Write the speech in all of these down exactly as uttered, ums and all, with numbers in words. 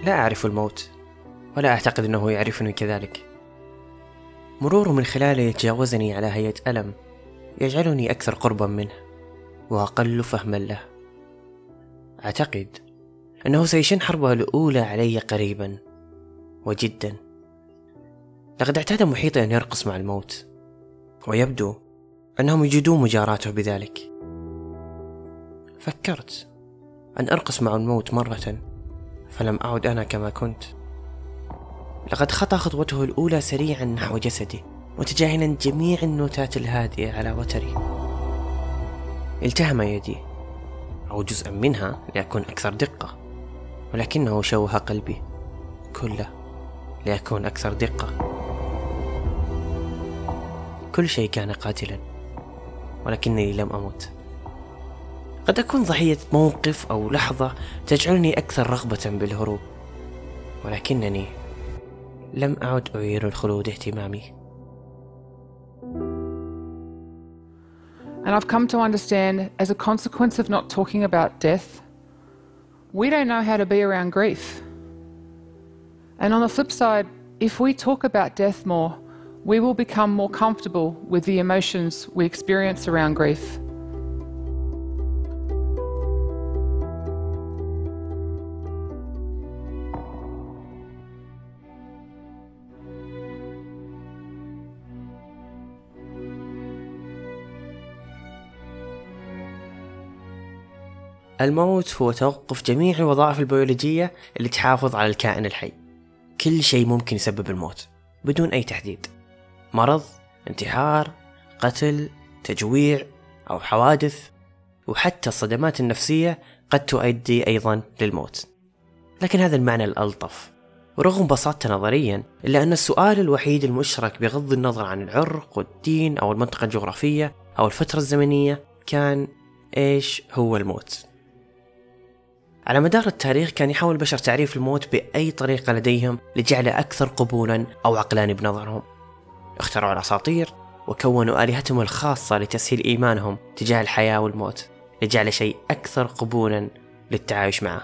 لا أعرف الموت، ولا أعتقد أنه يعرفني كذلك. مروره من خلاله يتجاوزني على هيئة ألم، يجعلني أكثر قربا منه وأقل فهما له. أعتقد أنه سيشن حربه الأولى علي قريبا وجدا. لقد اعتاد محيطي أن يرقص مع الموت، ويبدو أنهم يجدون مجاراته بذلك. فكرت أن أرقص مع الموت مرة، فلم أعد أنا كما كنت. لقد خطى خطوته الأولى سريعا نحو جسدي، متجاهلا جميع النوتات الهادئة على وتري. التهم يدي، أو جزءا منها ليكون أكثر دقة، ولكنه شوه قلبي كله ليكون أكثر دقة. كل شيء كان قاتلا، ولكنني لم أمت. قد أكون ضحية موقف أو لحظة تجعلني أكثر رغبة بالهروب، ولكنني لم أعد أعير الخلود اهتمامي. And I've come to understand, as a consequence of not talking about death, we don't know how to be around grief. And on the flip side, if we talk about death more, we will become more comfortable with the emotions we experience around grief. الموت هو توقف جميع الوظائف البيولوجية اللي تحافظ على الكائن الحي. كل شيء ممكن يسبب الموت بدون أي تحديد: مرض، انتحار، قتل، تجويع أو حوادث، وحتى الصدمات النفسية قد تؤدي أيضا للموت. لكن هذا المعنى الألطف، ورغم بساطته نظريا، إلا أن السؤال الوحيد المشترك بغض النظر عن العرق والدين أو المنطقة الجغرافية أو الفترة الزمنية كان: إيش هو الموت؟ على مدار التاريخ كان يحاول البشر تعريف الموت بأي طريقة لديهم لجعله أكثر قبولا أو عقلاني بنظرهم. اخترعوا الأساطير وكونوا آلهتهم الخاصة لتسهيل إيمانهم تجاه الحياة والموت، لجعل شيء أكثر قبولا للتعايش معه.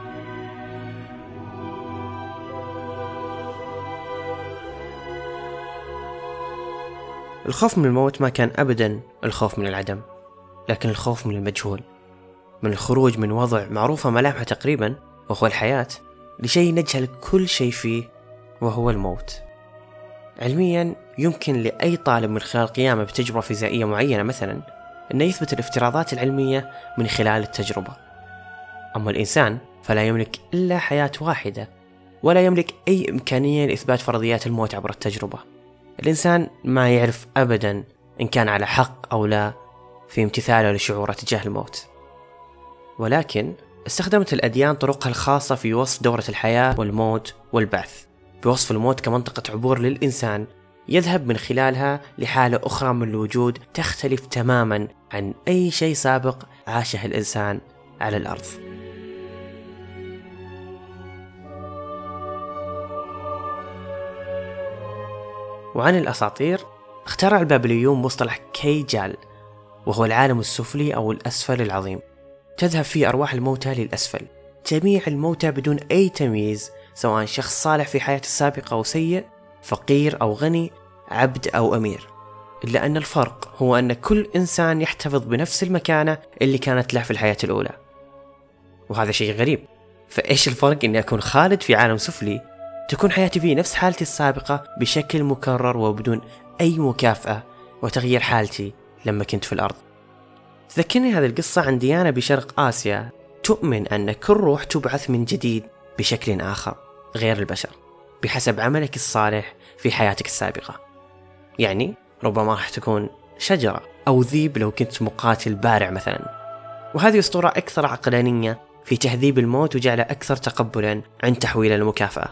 الخوف من الموت ما كان أبدا الخوف من العدم، لكن الخوف من المجهول، من الخروج من وضع معروفة ملامحه تقريبا وهو الحياة، لشيء نجهل كل شيء فيه وهو الموت. علميا يمكن لأي طالب من خلال قيامه بتجربة فيزيائية معينة مثلا أنه يثبت الافتراضات العلمية من خلال التجربة. أما الإنسان فلا يملك إلا حياة واحدة، ولا يملك أي إمكانية لإثبات فرضيات الموت عبر التجربة. الإنسان ما يعرف أبدا إن كان على حق أو لا في امتثاله لشعوره تجاه الموت. ولكن استخدمت الأديان طرقها الخاصة في وصف دورة الحياة والموت والبعث، بوصف الموت كمنطقة عبور للإنسان يذهب من خلالها لحالة أخرى من الوجود تختلف تماما عن أي شيء سابق عاشه الإنسان على الأرض. وعن الأساطير، اخترع البابليون مصطلح كيجال، وهو العالم السفلي أو الأسفل العظيم، تذهب فيه أرواح الموتى للأسفل، جميع الموتى بدون أي تمييز، سواء شخص صالح في حياته السابقة أو سيء، فقير أو غني، عبد أو أمير. إلا أن الفرق هو أن كل إنسان يحتفظ بنفس المكانة اللي كانت له في الحياة الأولى. وهذا شيء غريب، فإيش الفرق إني أكون خالد في عالم سفلي تكون حياتي فيه نفس حالتي السابقة بشكل مكرر وبدون أي مكافأة وتغيير حالتي لما كنت في الأرض؟ تذكرني هذه القصة عن ديانة بشرق آسيا تؤمن أن كل روح تبعث من جديد بشكل آخر غير البشر بحسب عملك الصالح في حياتك السابقة. يعني ربما راح تكون شجرة أو ذيب لو كنت مقاتل بارع مثلا. وهذه أسطورة أكثر عقلانية في تهذيب الموت وجعله أكثر تقبلا عند تحويل المكافأة.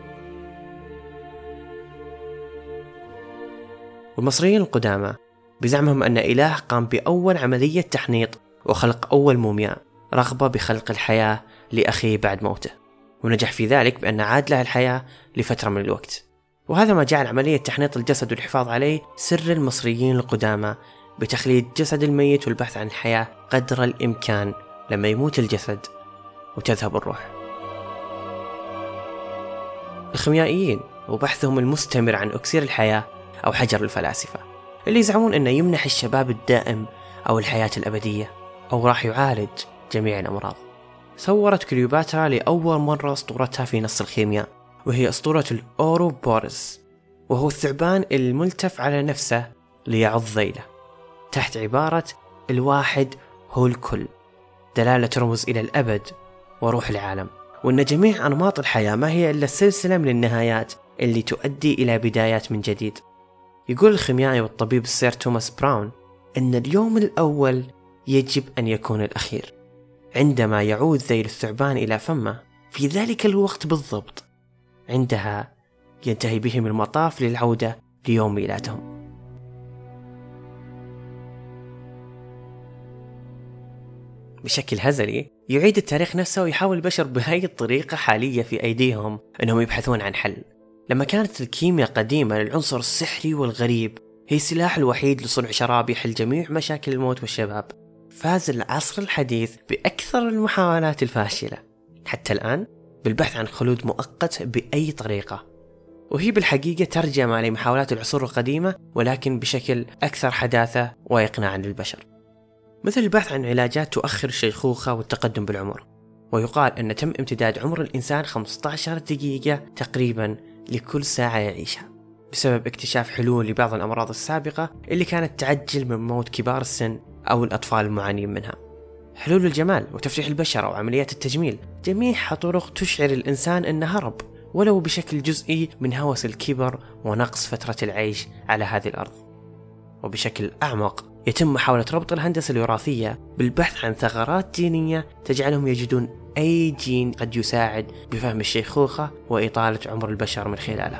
والمصريين القدامى بزعمهم أن إله قام بأول عملية تحنيط وخلق أول مومياء رغبة بخلق الحياة لأخيه بعد موته، ونجح في ذلك بأن عاد له الحياة لفترة من الوقت. وهذا ما جعل عملية تحنيط الجسد والحفاظ عليه سر المصريين القدامى بتخليد جسد الميت والبحث عن الحياة قدر الإمكان لما يموت الجسد وتذهب الروح. الخيميائيين وبحثهم المستمر عن أكسير الحياة أو حجر الفلاسفة، اللي يزعمون أنه يمنح الشباب الدائم أو الحياة الأبدية، أو راح يعالج جميع الأمراض. صورت كليوباترا لأول مرة أسطورتها في نص الخيمياء، وهي أسطورة الأوروبورس، وهو الثعبان الملتف على نفسه ليعض ذيله، تحت عبارة الواحد هو الكل، دلالة ترمز إلى الأبد وروح العالم، وأن جميع أنماط الحياة ما هي إلا سلسلة من النهايات اللي تؤدي إلى بدايات من جديد. يقول الخيميائي والطبيب السير توماس براون أن اليوم الأول يجب أن يكون الأخير. عندما يعود ذيل الثعبان إلى فمه في ذلك الوقت بالضبط، عندها ينتهي بهم المطاف للعودة ليوم ميلادهم. بشكل هزلي يعيد التاريخ نفسه ويحاول البشر بهاي الطريقة حالية في أيديهم أنهم يبحثون عن حل. لما كانت الكيمياء قديمة للعنصر السحري والغريب هي السلاح الوحيد لصنع شراب يحل جميع مشاكل الموت والشباب، فاز العصر الحديث بأكثر المحاولات الفاشلة حتى الآن بالبحث عن خلود مؤقت بأي طريقة، وهي بالحقيقة ترجمة لمحاولات العصور القديمة ولكن بشكل أكثر حداثة وإقناعا للبشر، مثل البحث عن علاجات تؤخر الشيخوخة والتقدم بالعمر. ويقال أن تم امتداد عمر الإنسان خمسة عشر دقيقة تقريبا لكل ساعة يعيشها، بسبب اكتشاف حلول لبعض الأمراض السابقة اللي كانت تعجل من موت كبار السن أو الأطفال المعانين منها. حلول الجمال وتفريح البشرة وعمليات التجميل، جميعها طرق تشعر الإنسان أنه هرب ولو بشكل جزئي من هوس الكبر ونقص فترة العيش على هذه الأرض. وبشكل أعمق يتم محاولة ربط الهندسة الوراثية بالبحث عن ثغرات جينية تجعلهم يجدون أي جين قد يساعد بفهم الشيخوخة وإطالة عمر البشر من خلاله.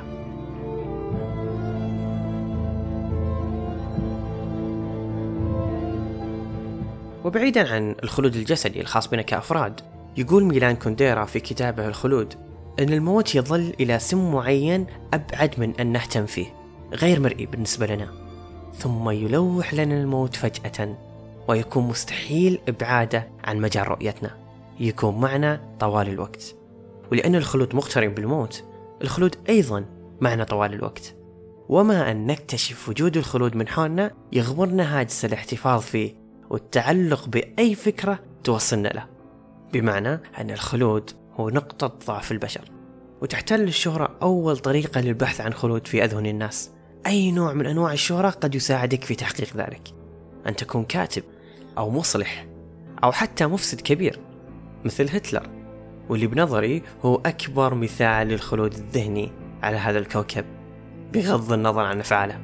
وبعيدا عن الخلود الجسدي الخاص بنا كأفراد، يقول ميلان كونديرا في كتابه الخلود أن الموت يظل إلى سن معين أبعد من أن نهتم فيه، غير مرئي بالنسبة لنا، ثم يلوح لنا الموت فجأة ويكون مستحيل إبعاده عن مجال رؤيتنا، يكون معنا طوال الوقت. ولأن الخلود مقترن بالموت، الخلود أيضا معنا طوال الوقت، وما أن نكتشف وجود الخلود من حولنا يغمرنا هاجس الاحتفاظ فيه والتعلق بأي فكرة توصلنا له، بمعنى أن الخلود هو نقطة ضعف البشر، وتحتل الشهرة أول طريقة للبحث عن خلود في أذهن الناس. أي نوع من أنواع الشهرة قد يساعدك في تحقيق ذلك، أن تكون كاتب أو مصلح أو حتى مفسد كبير مثل هتلر، واللي بنظري هو أكبر مثال للخلود الذهني على هذا الكوكب بغض النظر عن أفعاله.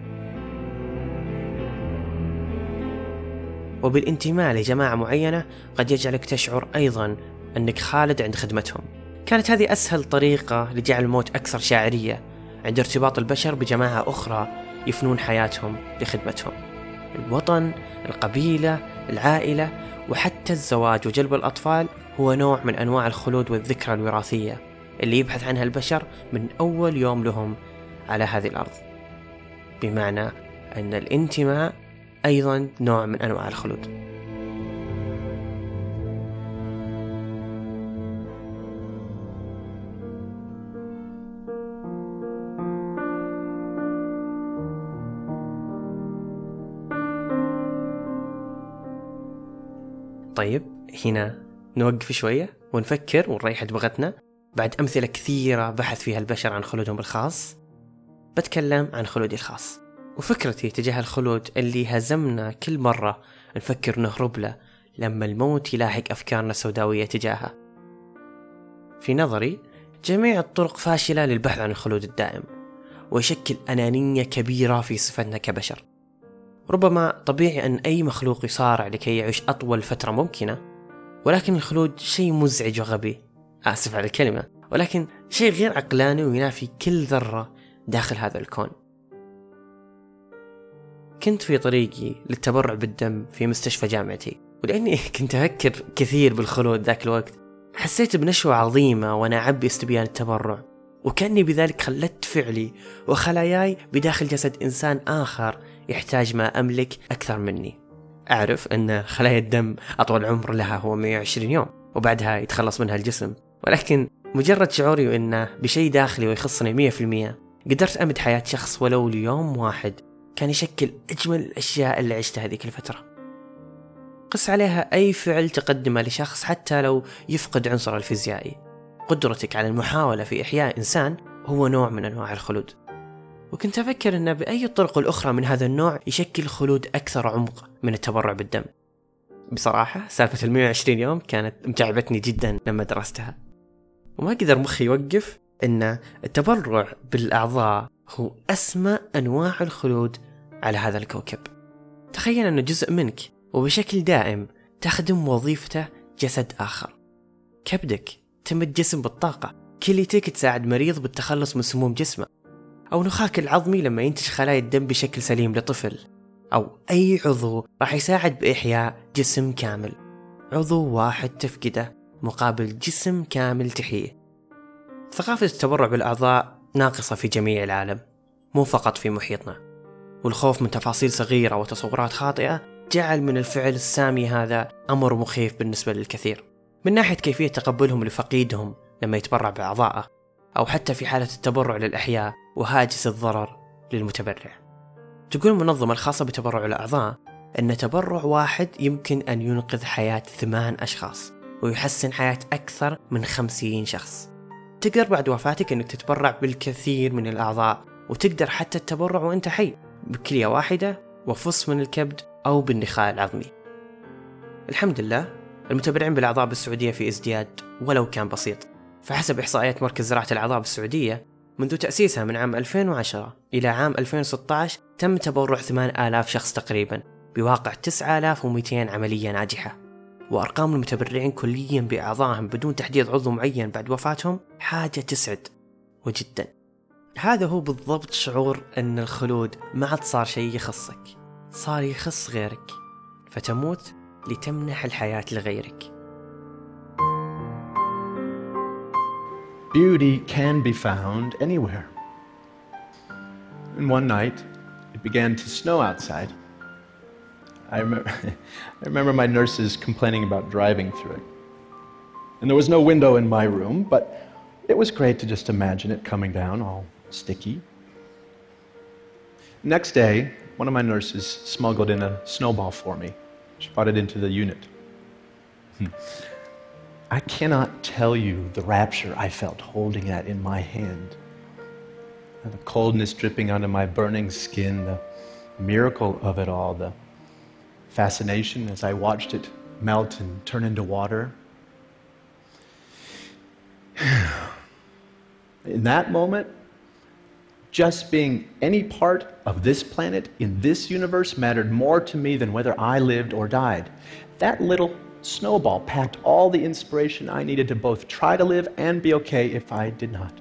وبالانتماء لجماعة معينة قد يجعلك تشعر أيضا أنك خالد عند خدمتهم. كانت هذه أسهل طريقة لجعل الموت أكثر شاعرية عند ارتباط البشر بجماعة أخرى يفنون حياتهم لخدمتهم. الوطن، القبيلة، العائلة، وحتى الزواج وجلب الأطفال هو نوع من أنواع الخلود والذكرى الوراثية اللي يبحث عنها البشر من أول يوم لهم على هذه الأرض، بمعنى أن الانتماء أيضا نوع من أنواع الخلود. طيب هنا نوقف شوية ونفكر ونريح دماغنا بعد أمثلة كثيرة بحث فيها البشر عن خلودهم الخاص. بتكلم عن خلودي الخاص وفكرتي تجاه الخلود اللي هزمنا كل مرة نفكر نهرب له لما الموت يلاحق أفكارنا السوداوية تجاهه. في نظري جميع الطرق فاشلة للبحث عن الخلود الدائم، ويشكل أنانية كبيرة في صفتنا كبشر. ربما طبيعي أن أي مخلوق يصارع لكي يعيش أطول فترة ممكنة، ولكن الخلود شيء مزعج وغبي، آسف على الكلمة، ولكن شيء غير عقلاني وينافي كل ذرة داخل هذا الكون. كنت في طريقي للتبرع بالدم في مستشفى جامعتي، ولأني كنت أفكر كثير بالخلود ذاك الوقت حسيت بنشوة عظيمة وأنا أعبي استبيان التبرع، وكأني بذلك خلت فعلي وخلاياي بداخل جسد إنسان آخر يحتاج ما أملك أكثر مني. أعرف أن خلايا الدم أطول عمر لها هو مئة وعشرين يوم وبعدها يتخلص منها الجسم، ولكن مجرد شعوري إنه بشيء داخلي ويخصني مية في المية قدرت أمد حياة شخص ولو ليوم واحد كان يشكل أجمل الأشياء اللي عشتها هذيك الفترة. قس عليها أي فعل تقدمه لشخص حتى لو يفقد عنصر الفيزيائي. قدرتك على المحاولة في إحياء إنسان هو نوع من أنواع الخلود. وكنت أفكر أن بأي الطرق الأخرى من هذا النوع يشكل خلود أكثر عمق من التبرع بالدم. بصراحة سالفة المية وعشرين يوم كانت متعبتني جدا لما درستها، وما قدر مخي يوقف أن التبرع بالأعضاء هو أسمى أنواع الخلود على هذا الكوكب. تخيل أنه جزء منك وبشكل دائم تخدم وظيفته جسد آخر. كبدك تمد جسم بالطاقة، كليتك تساعد مريض بالتخلص من سموم جسمه، أو نخاك العظمي لما ينتج خلايا الدم بشكل سليم لطفل، أو أي عضو راح يساعد بإحياء جسم كامل. عضو واحد تفقده مقابل جسم كامل تحييه. ثقافة التبرع بالأعضاء ناقصة في جميع العالم، مو فقط في محيطنا، والخوف من تفاصيل صغيرة وتصورات خاطئة جعل من الفعل السامي هذا أمر مخيف بالنسبة للكثير، من ناحية كيفية تقبلهم لفقيدهم لما يتبرع بأعضائه، أو حتى في حالة التبرع للأحياء وهاجس الضرر للمتبرع. تقول المنظمة الخاصة بتبرع الأعضاء أن تبرع واحد يمكن أن ينقذ حياة ثمان أشخاص ويحسن حياة أكثر من خمسين شخص. تقدر بعد وفاتك أنك تتبرع بالكثير من الأعضاء، وتقدر حتى التبرع وأنت حي بكلية واحدة وفص من الكبد أو بالنخاع العظمي. الحمد لله المتبرعين بالأعضاء بالسعودية في ازدياد ولو كان بسيط. فحسب إحصائيات مركز زراعة الأعضاء بالسعودية منذ تأسيسها من عام ألفين وعشرة إلى عام ألفين وستة عشر تم تبرع ثمانية آلاف شخص تقريبا، بواقع تسعة آلاف ومئتين عملية ناجحة. وأرقام المتبرعين كليا بأعضائهم بدون تحديد عضو معين بعد وفاتهم حاجة تسعد وجدا. هذا هو بالضبط شعور أن الخلود ما عاد صار شيء يخصك، صار يخص غيرك، فتموت لتمنح الحياة لغيرك. Beauty can be found anywhere. And one night, it began to snow outside. I remember, I remember my nurses complaining about driving through it. And there was no window in my room, but it was great to just imagine it coming down all sticky. Next day, one of my nurses smuggled in a snowball for me. She brought it into the unit. I cannot tell you the rapture I felt holding that in my hand. And the coldness dripping onto my burning skin, the miracle of it all, the fascination as I watched it melt and turn into water. In that moment, just being any part of this planet in this universe mattered more to me than whether I lived or died. That little snowball packed all the inspiration I needed to both try to live and be okay if I did not.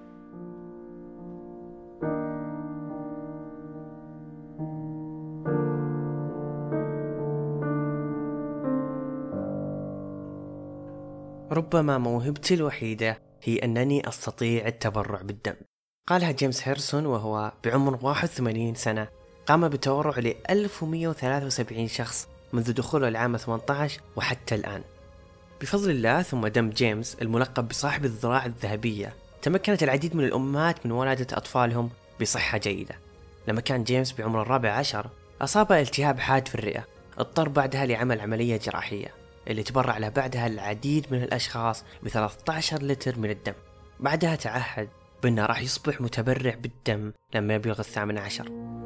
ربما موهبتي الوحيدة هي أنني أستطيع التبرع بالدم. قالها جيمس هيرسون وهو بعمر واحد وثمانين سنة قام بالتبرع ل ألف ومئة وثلاثة وسبعين شخص منذ دخوله العام ثمانية عشر وحتى الآن. بفضل الله ثم دم جيمس الملقب بصاحب الذراع الذهبية تمكنت العديد من الأمهات من ولادة أطفالهم بصحة جيدة. لما كان جيمس بعمر الرابع عشر أصابه التهاب حاد في الرئة، اضطر بعدها لعمل عملية جراحية اللي تبرع له بعدها العديد من الأشخاص ب ثلاثة عشر لتر من الدم. بعدها تعهد بأنه راح يصبح متبرع بالدم لما يبلغ الثامن عشر.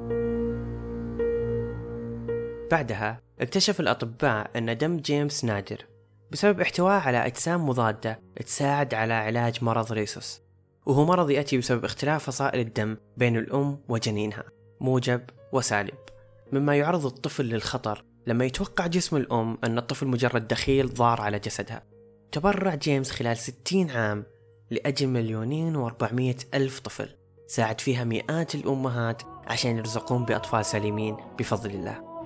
بعدها اكتشف الأطباء أن دم جيمس نادر بسبب احتوائه على أجسام مضادة تساعد على علاج مرض ريسوس، وهو مرض يأتي بسبب اختلاف فصائل الدم بين الأم وجنينها موجب وسالب، مما يعرض الطفل للخطر لما يتوقع جسم الأم أن الطفل مجرد دخيل ضار على جسدها. تبرع جيمس خلال ستين عام لأجل مليونين وأربعمائة ألف طفل، ساعد فيها مئات الأمهات عشان يرزقون بأطفال سليمين بفضل الله.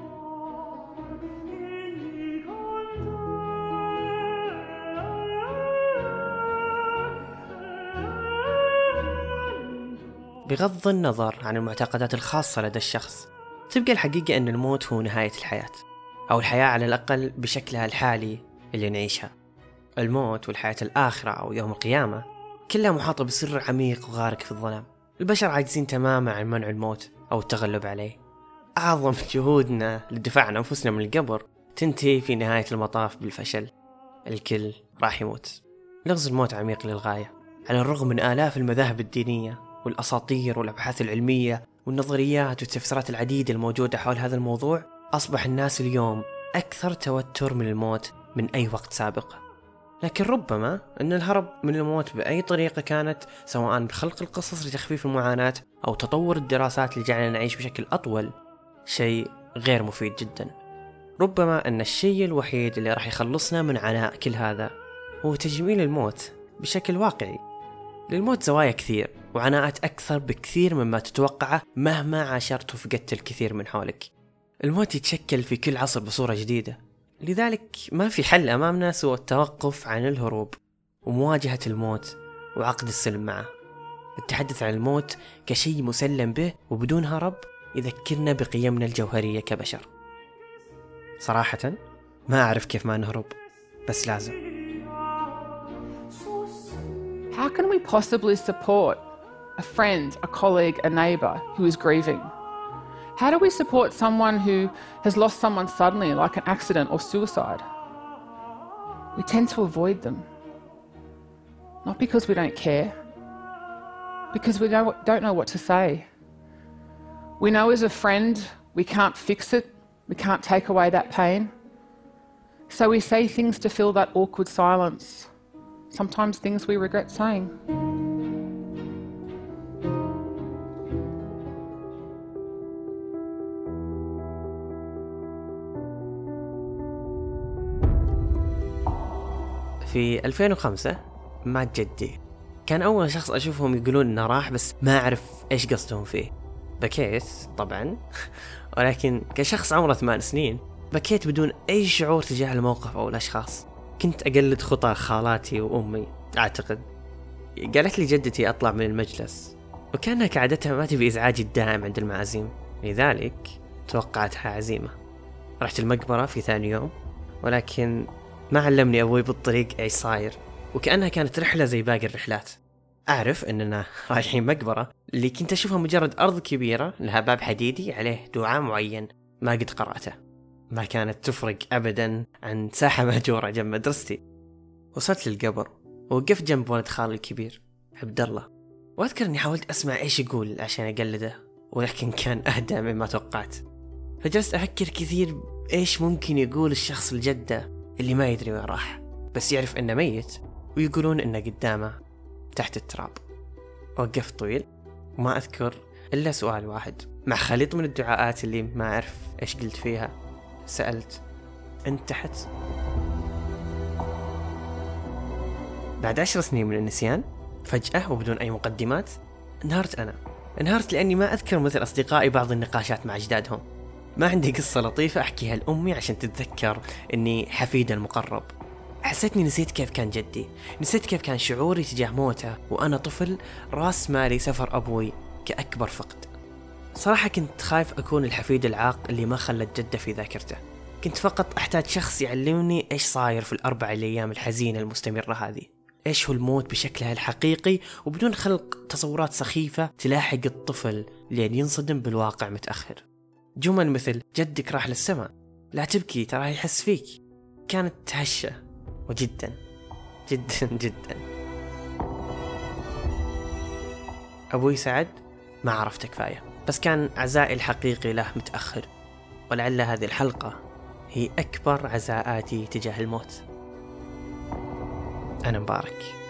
بغض النظر عن المعتقدات الخاصة لدى الشخص، تبقى الحقيقة أن الموت هو نهاية الحياة، أو الحياة على الأقل بشكلها الحالي اللي نعيشها. الموت والحياة الآخرة أو يوم القيامة كلها محاطة بسر عميق وغارق في الظلام. البشر عاجزين تماما عن منع الموت أو التغلب عليه. أعظم جهودنا للدفاع عن أنفسنا من القبر تنتهي في نهاية المطاف بالفشل. الكل راح يموت. لغز الموت عميق للغاية، على الرغم من آلاف المذاهب الدينية والأساطير والأبحاث العلمية والنظريات والتفسيرات العديدة الموجودة حول هذا الموضوع. أصبح الناس اليوم أكثر توتر من الموت من أي وقت سابق. لكن ربما أن الهرب من الموت بأي طريقة كانت، سواء بخلق القصص لتخفيف المعاناة أو تطور الدراسات اللي جعلنا نعيش بشكل أطول، شيء غير مفيد جدا. ربما أن الشيء الوحيد اللي راح يخلصنا من عناء كل هذا هو تجميل الموت بشكل واقعي. للموت زوايا كثير وعناءات أكثر بكثير مما تتوقعه مهما عاشرت وفقدت الكثير من حولك. الموت يتشكل في كل عصر بصورة جديدة، لذلك ما في حل أمامنا سوى التوقف عن الهروب ومواجهة الموت وعقد السلم معه. التحدث عن الموت كشيء مسلم به وبدون هرب يذكرنا بقيمنا الجوهرية كبشر. صراحة ما أعرف كيف ما نهرب، بس لازم. How can we possibly support a friend, a colleague, a neighbour who is grieving? How do we support someone who has lost someone suddenly, like an accident or suicide? We tend to avoid them. Not because we don't care, because we don't know what to say. We know as a friend we can't fix it, we can't take away that pain. So we say things to fill that awkward silence. Sometimes things we regret saying. في ألفين وخمسة مات جدي. كان أول شخص أشوفهم يقولون إنه راح، بس ما أعرف إيش قصدهم فيه. بكيت طبعا ولكن كشخص عمره ثمان سنين بكيت بدون أي شعور تجاه الموقف أو الأشخاص. كنت أقلد خطى خالاتي وأمي أعتقد. قالت لي جدتي أطلع من المجلس، وكانها كعادتها ما تبي إزعاجي الدائم عند المعازيم، لذلك توقعتها عزيمة. رحت المقبرة في ثاني يوم، ولكن ما علمني أبوي بالطريق إيش صاير، وكأنها كانت رحلة زي باقي الرحلات. أعرف أننا رايحين مقبرة اللي كنت أشوفها مجرد أرض كبيرة لها باب حديدي عليه دعاء معين ما قد قرأته. ما كانت تفرق أبدا عن ساحة مهجورة جنب مدرستي. وصلت للقبر ووقفت جنب ولد خالي الكبير عبد الله، وأذكر أني حاولت أسمع إيش يقول عشان أقلده، ولكن كان أهدى مما توقعت. فجلست أفكر كثير إيش ممكن يقول الشخص الجدة اللي ما يدري وين راح، بس يعرف إنه ميت ويقولون إنه قدامه تحت التراب. وقفت طويل وما أذكر إلا سؤال واحد مع خليط من الدعاءات اللي ما أعرف إيش قلت فيها. سألت: أنت تحت؟ بعد عشر سنين من النسيان فجأة وبدون أي مقدمات انهارت. أنا انهارت لأني ما أذكر مثل أصدقائي بعض النقاشات مع أجدادهم. ما عندي قصة لطيفة أحكيها لأمي عشان تتذكر إني حفيدها المقرب. حسيتني نسيت كيف كان جدي، نسيت كيف كان شعوري تجاه موته وأنا طفل راس مالي سفر أبوي كأكبر فقد. صراحة كنت خايف أكون الحفيد العاق اللي ما خلت جدة في ذاكرته. كنت فقط أحتاج شخص يعلمني إيش صاير في الأربع الأيام الحزينة المستمرة هذه، إيش هو الموت بشكلها الحقيقي وبدون خلق تصورات سخيفة تلاحق الطفل لين ينصدم بالواقع متأخر. جمل مثل جدك راح للسماء، لا تبكي تراه يحس فيك، كانت تهشة وجدا جدا جدا. أبوي سعد ما عرفته كفاية، بس كان عزائي الحقيقي له متأخر، ولعل هذه الحلقة هي أكبر عزاءاتي تجاه الموت. أنا مبارك.